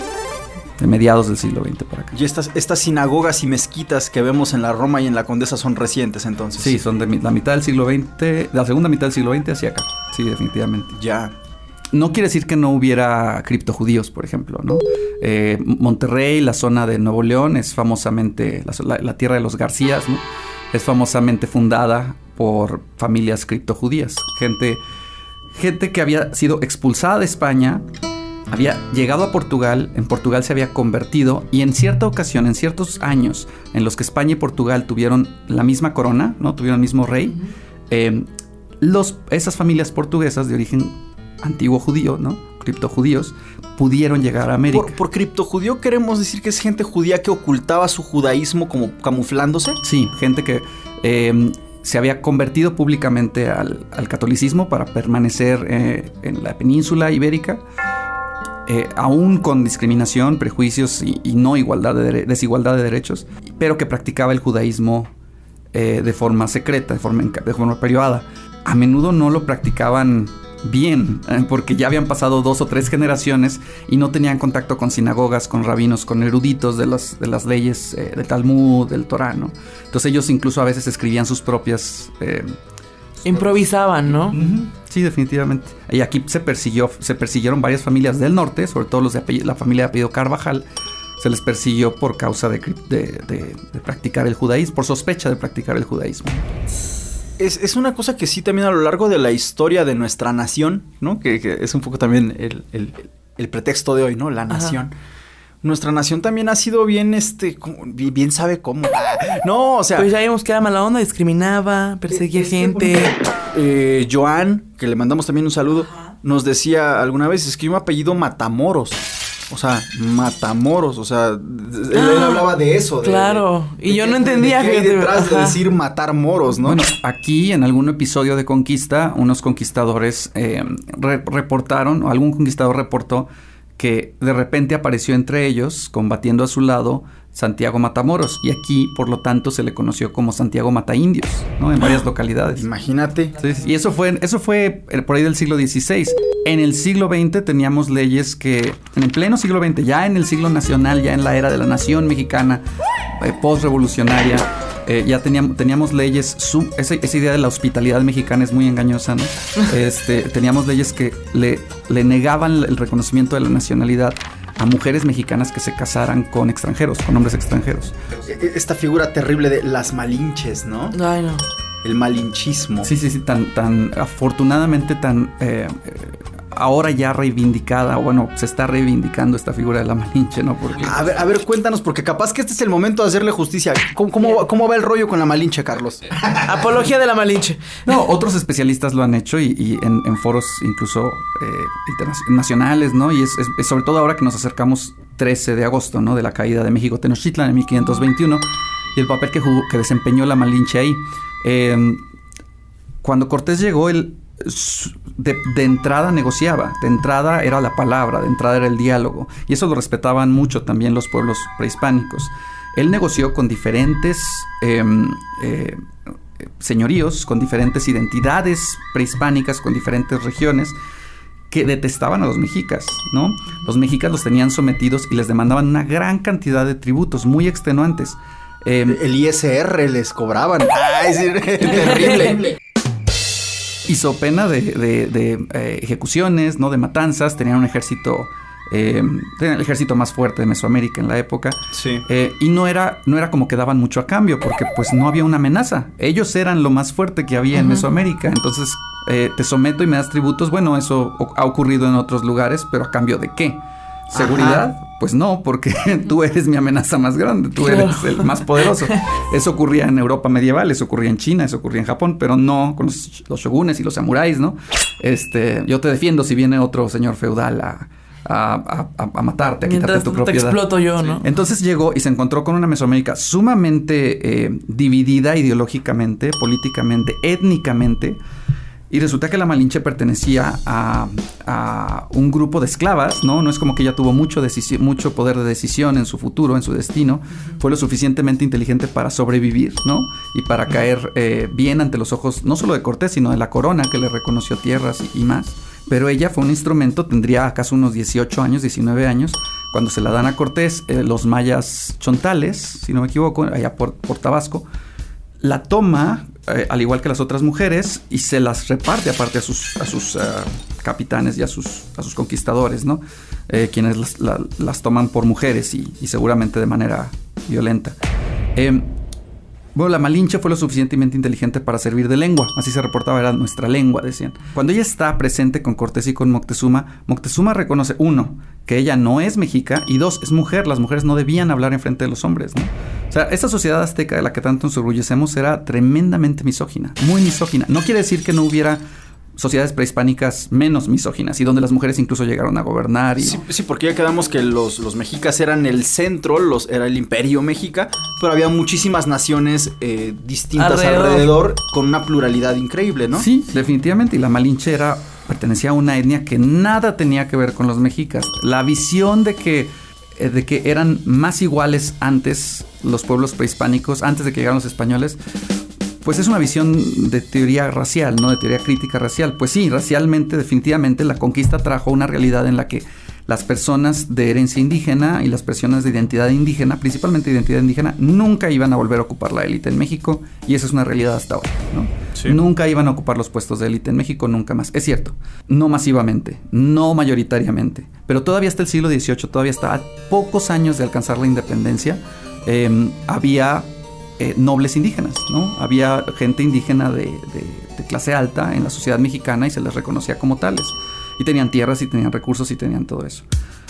de mediados del siglo veinte para acá. Y estas, estas sinagogas y mezquitas que vemos en la Roma y en la Condesa son recientes, entonces. Sí, son de la mitad del siglo veinte, de la segunda mitad del siglo veinte hacia acá. Sí, definitivamente. Ya. No quiere decir que no hubiera criptojudíos, por ejemplo, ¿no? Eh, Monterrey, la zona de Nuevo León, es famosamente la, la, la tierra de los Garcías, ¿no? Es famosamente fundada por familias criptojudías. Gente, gente que había sido expulsada de España, había llegado a Portugal, en Portugal se había convertido, y en cierta ocasión, en ciertos años en los que España y Portugal tuvieron la misma corona, ¿no? Tuvieron el mismo rey, uh-huh. eh, los, esas familias portuguesas de origen antiguo judío, ¿no? Criptojudíos, pudieron llegar a América. ¿Por, por criptojudío queremos decir que es gente judía que ocultaba su judaísmo como camuflándose? Sí, gente que eh, se había convertido públicamente al, al catolicismo para permanecer eh, en la península ibérica, eh, aún con discriminación, prejuicios y, y no igualdad de dere- desigualdad de derechos, pero que practicaba el judaísmo eh, de forma secreta, de forma, de forma privada. A menudo no lo practicaban bien, eh, porque ya habían pasado dos o tres generaciones y no tenían contacto con sinagogas, con rabinos, con eruditos de, los, de las leyes eh, del Talmud, del Torá, ¿no? Entonces ellos incluso a veces escribían sus propias... Eh, Improvisaban, ¿no? Uh-huh. Sí, definitivamente. Y aquí se persiguió, se persiguieron varias familias del norte, sobre todo los de apellido, la familia de apellido Carvajal, se les persiguió por causa de, de, de, de practicar el judaísmo, por sospecha de practicar el judaísmo. Es, es una cosa que sí también a lo largo de la historia de nuestra nación, ¿no? Que, que es un poco también el, el, el pretexto de hoy, ¿no? La nación. Ajá. Nuestra nación también ha sido bien, este, como, bien, bien sabe cómo. No, o sea... Pues ya vimos que era mala onda, discriminaba, perseguía es, gente. Eh, Joan, que le mandamos también un saludo, ajá, nos decía alguna vez, es que yo me apellido Matamoros. O sea, Matamoros, o sea, él, ah, él hablaba de eso. De, claro, de, y de yo que, no entendía. De que hay detrás de decir matar moros, ¿no? Bueno, aquí en algún episodio de Conquista, unos conquistadores eh, re- reportaron, o algún conquistador reportó que de repente apareció entre ellos, combatiendo a su lado, Santiago Matamoros. Y aquí, por lo tanto, se le conoció como Santiago Mataindios, ¿no? En varias localidades. Imagínate. Sí, y eso fue, eso fue por ahí del siglo dieciséis. En el siglo veinte teníamos leyes que, en el pleno siglo veinte, ya en el siglo nacional, ya en la era de la nación mexicana, eh, post-revolucionaria, eh, ya teníamos, teníamos leyes, sub, esa, esa idea de la hospitalidad mexicana es muy engañosa, ¿no? Este, teníamos leyes que le, le negaban el reconocimiento de la nacionalidad a mujeres mexicanas que se casaran con extranjeros, con hombres extranjeros. Esta figura terrible de las malinches, ¿no? Ay, no. El malinchismo. Sí, sí, sí, tan, tan afortunadamente tan eh, ahora ya reivindicada, bueno, se está reivindicando esta figura de la Malinche, ¿no? Porque... A ver, a ver, cuéntanos, porque capaz que este es el momento de hacerle justicia. ¿Cómo, cómo, cómo va el rollo con la Malinche, Carlos? Apología de la Malinche. No, otros especialistas lo han hecho y, y en, en foros incluso eh, internacionales, ¿no? Y es, es, es sobre todo ahora que nos acercamos trece de agosto, ¿no? De la caída de México Tenochtitlan en mil quinientos veintiuno y el papel que jugó, que desempeñó la Malinche ahí. Eh, cuando Cortés llegó, él de, de entrada negociaba, de entrada era la palabra, de entrada era el diálogo, y eso lo respetaban mucho también los pueblos prehispánicos. Él negoció con diferentes eh, eh, señoríos, con diferentes identidades prehispánicas, con diferentes regiones, que detestaban a los mexicas, ¿no? Los mexicas los tenían sometidos y les demandaban una gran cantidad de tributos muy extenuantes. Eh, el I S R les cobraban. ¡Ay, sí, terrible! Hizo pena de, de, de eh, ejecuciones, ¿no? De matanzas. Tenían un ejército... Eh, el ejército más fuerte de Mesoamérica en la época. Sí. Eh, y no era, no era como que daban mucho a cambio, porque pues no había una amenaza. Ellos eran lo más fuerte que había uh-huh. en Mesoamérica. Entonces, eh, te someto y me das tributos. Bueno, eso ha ocurrido en otros lugares, pero ¿a cambio de qué? ¿Seguridad? Ajá. Pues no, porque tú eres mi amenaza más grande, tú eres el más poderoso. Eso ocurría en Europa medieval, eso ocurría en China, eso ocurría en Japón, pero no con los, los shogunes y los samuráis, ¿no? Este, yo te defiendo si viene otro señor feudal a... A, a, a matarte, a Mientras quitarte tu te propiedad. Exploto yo, ¿no? Entonces llegó y se encontró con una Mesoamérica sumamente eh, dividida ideológicamente, políticamente, étnicamente. Y resulta que la Malinche pertenecía a, a un grupo de esclavas, ¿no? No es como que ella tuvo mucho, decisi- mucho poder de decisión en su futuro, en su destino. Fue lo suficientemente inteligente para sobrevivir, ¿no? Y para caer eh, bien ante los ojos, no solo de Cortés, sino de la corona, que le reconoció tierras y, y más. Pero ella fue un instrumento, tendría acaso unos dieciocho años, diecinueve años, cuando se la dan a Cortés, eh, los mayas chontales, si no me equivoco, allá por, por Tabasco, la toma, eh, al igual que las otras mujeres, y se las reparte aparte a sus, a sus uh, capitanes y a sus, a sus conquistadores, ¿no? Eh, quienes las, la, las toman por mujeres y, y seguramente de manera violenta. Eh, Bueno, la Malinche fue lo suficientemente inteligente para servir de lengua. Así se reportaba, era nuestra lengua, decían. Cuando ella está presente con Cortés y con Moctezuma, Moctezuma reconoce, uno, que ella no es mexica, y dos, es mujer. Las mujeres no debían hablar en frente de los hombres, ¿no? O sea, esta sociedad azteca de la que tanto nos orgullecemos era tremendamente misógina, muy misógina. No quiere decir que no hubiera sociedades prehispánicas menos misóginas y donde las mujeres incluso llegaron a gobernar. Y... Sí, sí, porque ya quedamos que los, los mexicas eran el centro, los, era el imperio mexica, pero había muchísimas naciones eh, distintas alrededor. alrededor con una pluralidad increíble, ¿no? Sí, definitivamente. Y la Malinche era, pertenecía a una etnia que nada tenía que ver con los mexicas. La visión de que, eh, de que eran más iguales antes los pueblos prehispánicos, antes de que llegaran los españoles, pues es una visión de teoría racial, ¿no? De teoría crítica racial. Pues sí, racialmente, definitivamente, la conquista trajo una realidad en la que las personas de herencia indígena y las personas de identidad indígena, principalmente identidad indígena, nunca iban a volver a ocupar la élite en México, y esa es una realidad hasta ahora, ¿no? Sí. Nunca iban a ocupar los puestos de élite en México, nunca más. Es cierto, no masivamente, no mayoritariamente, pero todavía hasta el siglo dieciocho, todavía hasta a pocos años de alcanzar la independencia, eh, había... Eh, nobles indígenas, ¿no? Había gente indígena de, de, de clase alta en la sociedad mexicana y se les reconocía como tales. Y tenían tierras y tenían recursos y tenían todo eso.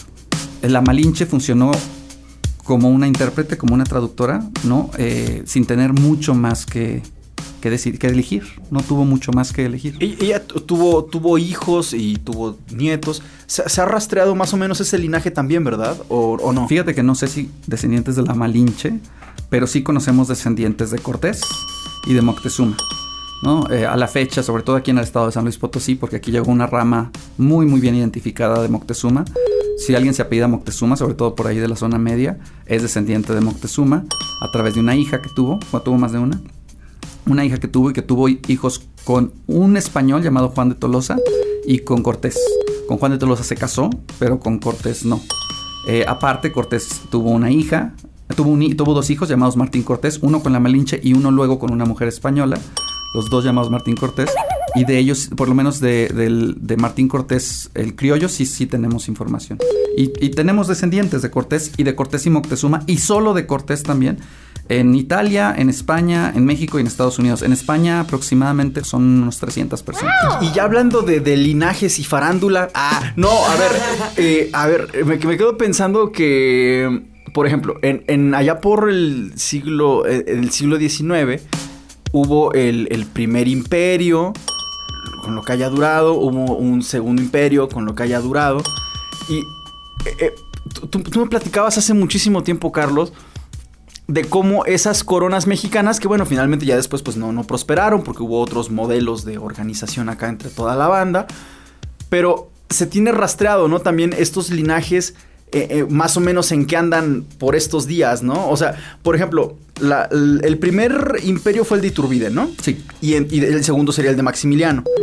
La Malinche funcionó como una intérprete, como una traductora, ¿no? Eh, sin tener mucho más que, que, decir, que elegir. No tuvo mucho más que elegir. Ella tuvo, tuvo hijos y tuvo nietos. Se, se ha rastreado más o menos ese linaje también, ¿verdad? ¿O, o no? Fíjate que no sé si descendientes de la Malinche, pero sí conocemos descendientes de Cortés y de Moctezuma, ¿no? Eh, a la fecha, sobre todo aquí en el estado de San Luis Potosí, porque aquí llegó una rama muy muy bien identificada de Moctezuma. Si alguien se apellida Moctezuma, sobre todo por ahí de la zona media, es descendiente de Moctezuma a través de una hija que tuvo, o tuvo más de una, una hija que tuvo y que tuvo hijos con un español llamado Juan de Tolosa y con Cortés. Con Juan de Tolosa se casó, pero con Cortés no. Eh, aparte, Cortés tuvo una hija, Tuvo, un, tuvo dos hijos llamados Martín Cortés, uno con la Malinche y uno luego con una mujer española, los dos llamados Martín Cortés, y de ellos, por lo menos de, de, de Martín Cortés, el criollo, sí, sí tenemos información. Y, y tenemos descendientes de Cortés y de Cortés y Moctezuma, y solo de Cortés también, en Italia, en España, en México y en Estados Unidos. En España aproximadamente son unos trescientas personas. Y ya hablando de, de linajes y farándula, ah, no, a ver, eh, a ver, me, me quedo pensando que... Por ejemplo, en, en allá por el siglo, el siglo diecinueve hubo el, el primer imperio, con lo que haya durado, hubo un segundo imperio, con lo que haya durado. Y eh, tú, tú me platicabas hace muchísimo tiempo, Carlos, de cómo esas coronas mexicanas, que bueno, finalmente ya después pues no, no prosperaron, porque hubo otros modelos de organización acá entre toda la banda, pero se tiene rastreado, ¿no? También estos linajes... Eh, eh, más o menos en qué andan por estos días, ¿no? O sea, por ejemplo, la, el, el primer imperio fue el de Iturbide, ¿no? Sí. Y, en, y el segundo sería el de Maximiliano.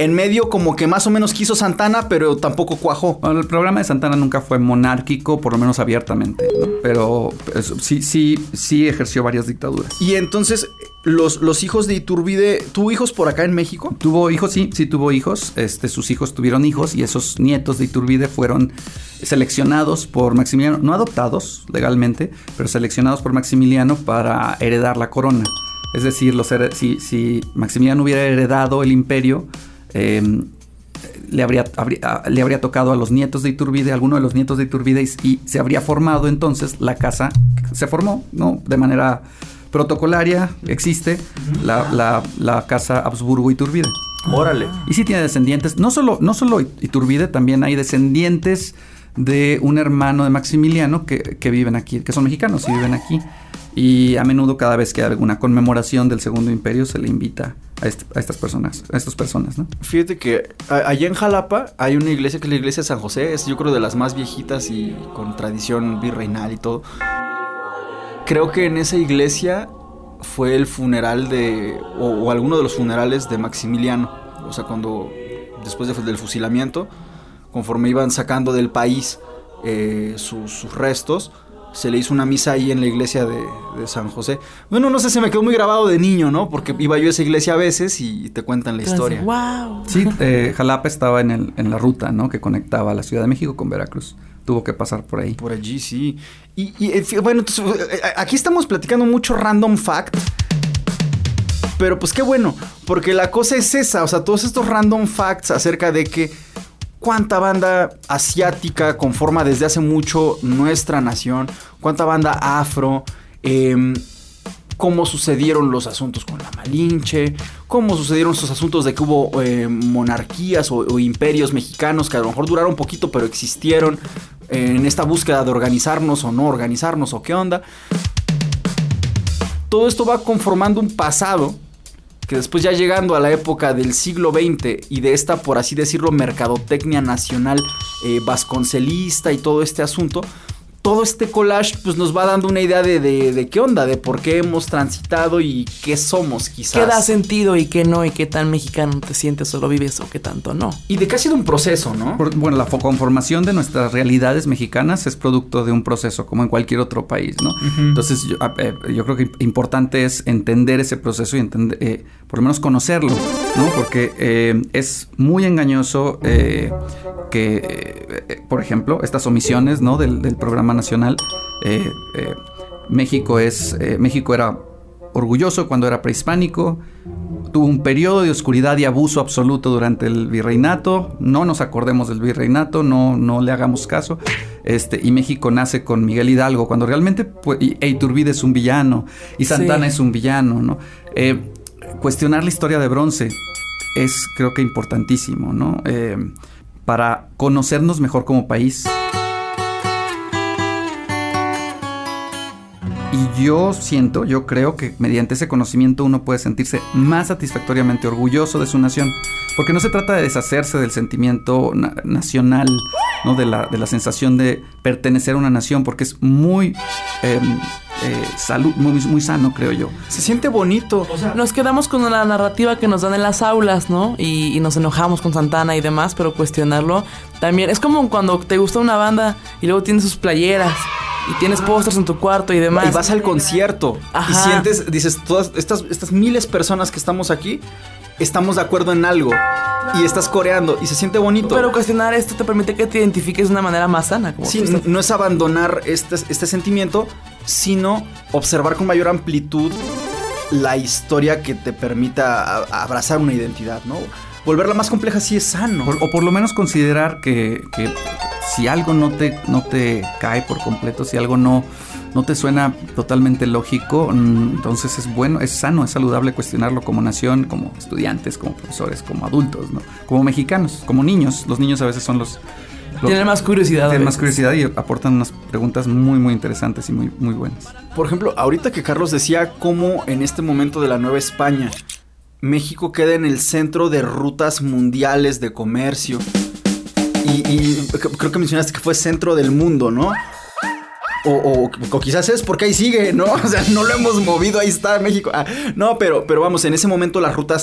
en medio como que más o menos quiso Santana, pero tampoco cuajó. Bueno, el programa de Santana nunca fue monárquico, por lo menos abiertamente, ¿no? Pero eso, sí, sí, sí ejerció varias dictaduras. Y entonces, los, los hijos de Iturbide, ¿tuvo hijos por acá en México? Tuvo hijos, sí, sí tuvo hijos. Este, sus hijos tuvieron hijos y esos nietos de Iturbide fueron seleccionados por Maximiliano, no adoptados legalmente, pero seleccionados por Maximiliano para heredar la corona. Es decir, los hered- si, si Maximiliano hubiera heredado el imperio, eh, le, habría, habría, le habría tocado a los nietos de Iturbide, alguno de los nietos de Iturbide, y, y se habría formado entonces la casa, se formó, ¿no? De manera protocolaria, existe uh-huh. la, la, la casa Habsburgo Iturbide. Órale. Y sí tiene descendientes, no solo, no solo Iturbide, también hay descendientes de un hermano de Maximiliano que, que viven aquí, que son mexicanos y viven aquí. Y a menudo, cada vez que hay alguna conmemoración del Segundo Imperio, se le invita a, este, a estas personas, a estas personas, ¿no? Fíjate que a, allá en Jalapa hay una iglesia que es la iglesia de San José. Es, yo creo, de las más viejitas y con tradición virreinal y todo. Creo que en esa iglesia fue el funeral de... O, o alguno de los funerales de Maximiliano. O sea, cuando... Después de, del fusilamiento, conforme iban sacando del país eh, sus, sus restos... Se le hizo una misa ahí en la iglesia de, de San José. Bueno, no sé, se me quedó muy grabado de niño, ¿no? Porque iba yo a esa iglesia a veces y te cuentan la historia. ¡Wow! Sí, eh, Jalapa estaba en, el, en la ruta, ¿no? Que conectaba la Ciudad de México con Veracruz. Tuvo que pasar por ahí. Por allí, sí. Y, y bueno, entonces, aquí estamos platicando mucho random fact. Pero pues qué bueno, porque la cosa es esa. O sea, todos estos random facts acerca de que... ¿Cuánta banda asiática conforma desde hace mucho nuestra nación? ¿Cuánta banda afro? Eh, ¿Cómo sucedieron los asuntos con la Malinche? ¿Cómo sucedieron esos asuntos de que hubo eh, monarquías o, o imperios mexicanos que a lo mejor duraron poquito pero existieron eh, en esta búsqueda de organizarnos o no organizarnos o qué onda? Todo esto va conformando un pasado que después, ya llegando a la época del siglo veinte y de esta, por así decirlo, mercadotecnia nacional eh, vasconcelista y todo este asunto, todo este collage pues nos va dando una idea de, de, de qué onda, de por qué hemos transitado y qué somos, quizás. ¿Qué da sentido y qué no? Y qué tan mexicano te sientes o lo vives o qué tanto no. Y de que ha sido un proceso, ¿no? Por, bueno, la conformación de nuestras realidades mexicanas es producto de un proceso, como en cualquier otro país, ¿no? Uh-huh. Entonces, yo, eh, yo creo que importante es entender ese proceso y entender, eh, por lo menos conocerlo, ¿no? Porque eh, es muy engañoso eh, que, eh, por ejemplo, estas omisiones, ¿no? Del, del programa nacional. Eh, eh, México es eh, México era orgulloso cuando era prehispánico, tuvo un periodo de oscuridad y abuso absoluto durante el virreinato. No nos acordemos del virreinato, no, no le hagamos caso. Este, y México nace con Miguel Hidalgo, cuando realmente pues, e Iturbide es un villano y Santana sí. es un villano, ¿no? Eh, cuestionar la historia de bronce es, creo que, importantísimo, ¿no? Eh, para conocernos mejor como país. Y yo siento, yo creo que mediante ese conocimiento uno puede sentirse más satisfactoriamente orgulloso de su nación. Porque no se trata de deshacerse del sentimiento na- nacional, ¿no? De la, de la sensación de pertenecer a una nación, porque es muy, eh, eh, salud, muy, muy sano, creo yo. Se siente bonito. O sea, nos quedamos con la narrativa que nos dan en las aulas, ¿no? Y, y nos enojamos con Santana y demás, pero cuestionarlo también. Es como cuando te gusta una banda y luego tienes sus playeras. Y tienes pósters en tu cuarto y demás. Y vas al concierto. Ajá. Y sientes, dices, todas estas, estas miles de personas que estamos aquí, estamos de acuerdo en algo. Y estás coreando y se siente bonito. Pero cuestionar esto te permite que te identifiques de una manera más sana. Como sí, no, no es abandonar este, este sentimiento, sino observar con mayor amplitud la historia que te permita a, abrazar una identidad, ¿no? Volverla más compleja sí es sano. Por, o por lo menos considerar que, que si algo no te, no te cae por completo, si algo no, no te suena totalmente lógico, entonces es bueno, es sano, es saludable cuestionarlo como nación, como estudiantes, como profesores, como adultos, ¿no? Como mexicanos, como niños. Los niños a veces son los... los tienen más curiosidad. Tienen más curiosidad y aportan unas preguntas muy, muy interesantes y muy, muy buenas. Por ejemplo, ahorita que Carlos decía cómo en este momento de la Nueva España México queda en el centro de rutas mundiales de comercio. Y, y creo que mencionaste que fue centro del mundo, ¿no? O, o, o quizás es porque ahí sigue, ¿no? O sea, no lo hemos movido, ahí está México. Ah, no, pero, pero vamos, en ese momento las rutas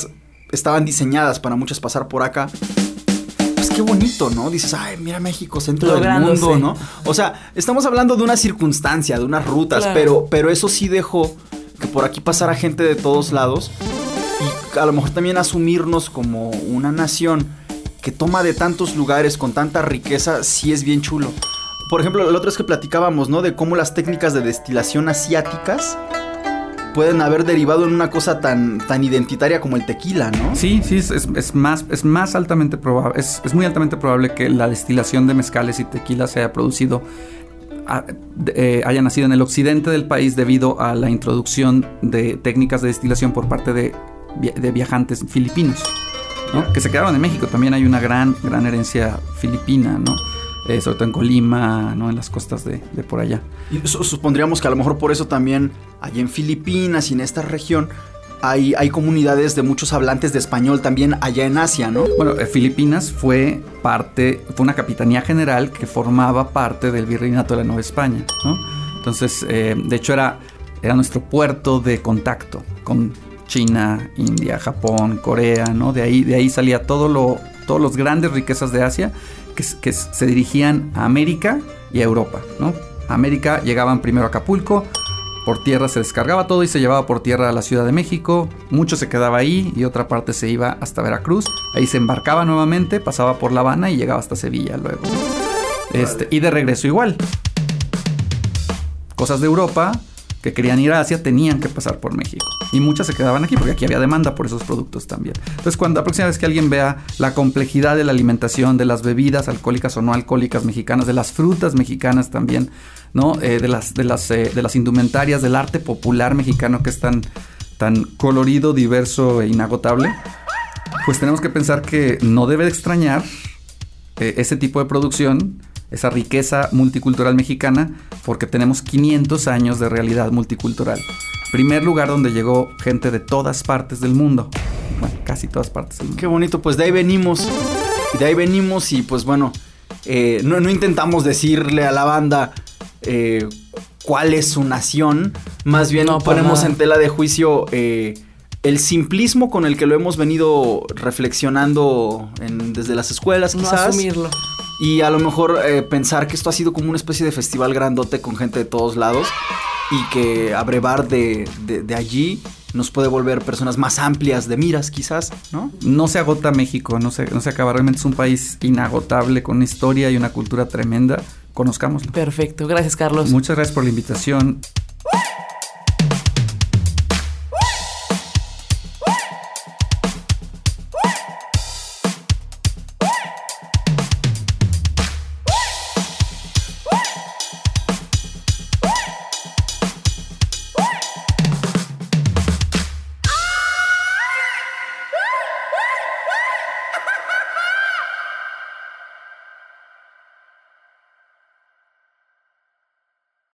estaban diseñadas para muchas pasar por acá. Pues qué bonito, ¿no? Dices, ay, mira México, centro Lográndose. del mundo, ¿no? O sea, estamos hablando de una circunstancia, de unas rutas, Claro. pero, pero eso sí dejó que por aquí pasara gente de todos lados y a lo mejor también asumirnos como una nación que toma de tantos lugares con tanta riqueza, sí es bien chulo. Por ejemplo, la otra vez que platicábamos, ¿no? De cómo las técnicas de destilación asiáticas pueden haber derivado en una cosa tan, tan identitaria como el tequila, ¿no? Sí, sí, es, es, es más, es más altamente probable, es, es muy altamente probable que la destilación de mezcales y tequila se haya producido, a, eh, haya nacido en el occidente del país debido a la introducción de técnicas de destilación por parte de, de viajantes filipinos, ¿no? Que se quedaron en México. También hay una gran, gran herencia filipina, ¿no? Eh, sobre todo en Colima, ¿no? En las costas de, de por allá. Y su- supondríamos que a lo mejor por eso también allá en Filipinas y en esta región hay, hay comunidades de muchos hablantes de español también allá en Asia, ¿no? Bueno, eh, Filipinas fue parte, fue una capitanía general que formaba parte del virreinato de la Nueva España, ¿no? Entonces, eh, de hecho era, era nuestro puerto de contacto con China, India, Japón, Corea, ¿no? De ahí, de ahí salía todo lo, todas las grandes riquezas de Asia que, que se dirigían a América y a Europa, ¿no? A América llegaban primero a Acapulco, por tierra se descargaba todo y se llevaba por tierra a la Ciudad de México, mucho se quedaba ahí y otra parte se iba hasta Veracruz, ahí se embarcaba nuevamente, pasaba por La Habana y llegaba hasta Sevilla luego. Este, y de regreso igual. Cosas de Europa que querían ir a Asia tenían que pasar por México. Y muchas se quedaban aquí porque aquí había demanda por esos productos también. Entonces, cuando la próxima vez que alguien vea la complejidad de la alimentación, de las bebidas alcohólicas o no alcohólicas mexicanas, de las frutas mexicanas también, ¿no? Eh, de las, de las, eh, de las indumentarias, del arte popular mexicano que es tan, tan colorido, diverso e inagotable, pues tenemos que pensar que no debe de extrañar eh, ese tipo de producción, esa riqueza multicultural mexicana, porque tenemos quinientos años de realidad multicultural. Primer lugar donde llegó gente de todas partes del mundo. Bueno, casi todas partes del mundo. Qué bonito, pues de ahí venimos. De ahí venimos y pues bueno, eh, no, no intentamos decirle a la banda eh, cuál es su nación. Más bien No, para ponemos nada. en tela de juicio eh, el simplismo con el que lo hemos venido reflexionando en- desde las escuelas, No quizás. asumirlo. Y a lo mejor eh, pensar que esto ha sido como una especie de festival grandote con gente de todos lados y que abrevar de, de, de allí nos puede volver personas más amplias de miras, quizás, ¿no? No se agota México, no se, no se acaba. Realmente es un país inagotable, con una historia y una cultura tremenda. Conozcámoslo. Perfecto. Gracias, Carlos. Muchas gracias por la invitación.